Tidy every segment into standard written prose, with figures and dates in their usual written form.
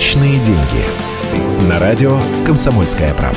Личные деньги. На радио «Комсомольская правда».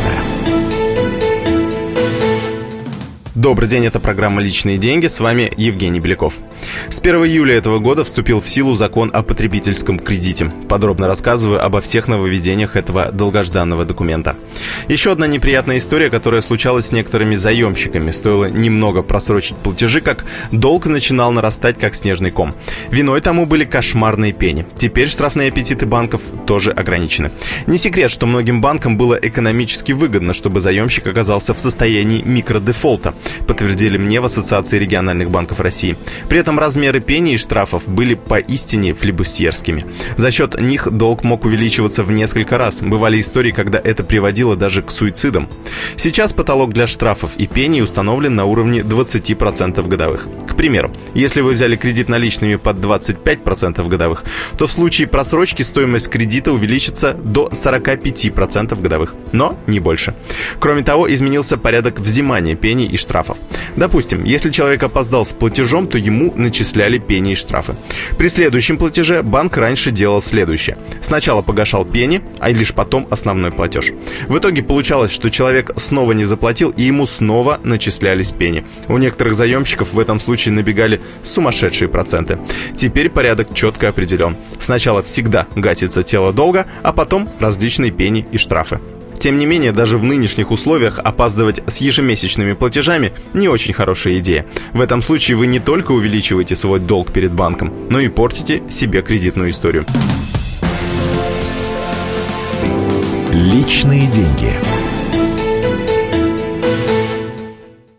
Добрый день, это программа «Личные деньги», с вами Евгений Беляков. С 1 июля этого года вступил в силу закон о потребительском кредите. Подробно рассказываю обо всех нововведениях этого долгожданного документа. Еще одна неприятная история, которая случалась с некоторыми заемщиками. Стоило немного просрочить платежи, как долг начинал нарастать, как снежный ком. Виной тому были кошмарные пени. Теперь штрафные аппетиты банков тоже ограничены. Не секрет, что многим банкам было экономически выгодно, чтобы заемщик оказался в состоянии микродефолта, подтвердили мне в Ассоциации региональных банков России. При этом размеры пени и штрафов были поистине флибустьерскими. За счет них долг мог увеличиваться в несколько раз. Бывали истории, когда это приводило даже к суицидам. Сейчас потолок для штрафов и пений установлен на уровне 20% годовых. К примеру, если вы взяли кредит наличными под 25% годовых, то в случае просрочки стоимость кредита увеличится до 45% годовых, но не больше. Кроме того, изменился порядок взимания пений и штрафов. Допустим, если человек опоздал с платежом, то ему начисляли пени и штрафы. При следующем платеже банк раньше делал следующее. Сначала погашал пени, а лишь потом основной платеж. В итоге получалось, что человек снова не заплатил, и ему снова начислялись пени. У некоторых заемщиков в этом случае набегали сумасшедшие проценты. Теперь порядок четко определен. Сначала всегда гасится тело долга, а потом различные пени и штрафы. Тем не менее, даже в нынешних условиях опаздывать с ежемесячными платежами не очень хорошая идея. В этом случае вы не только увеличиваете свой долг перед банком, но и портите себе кредитную историю. Личные деньги.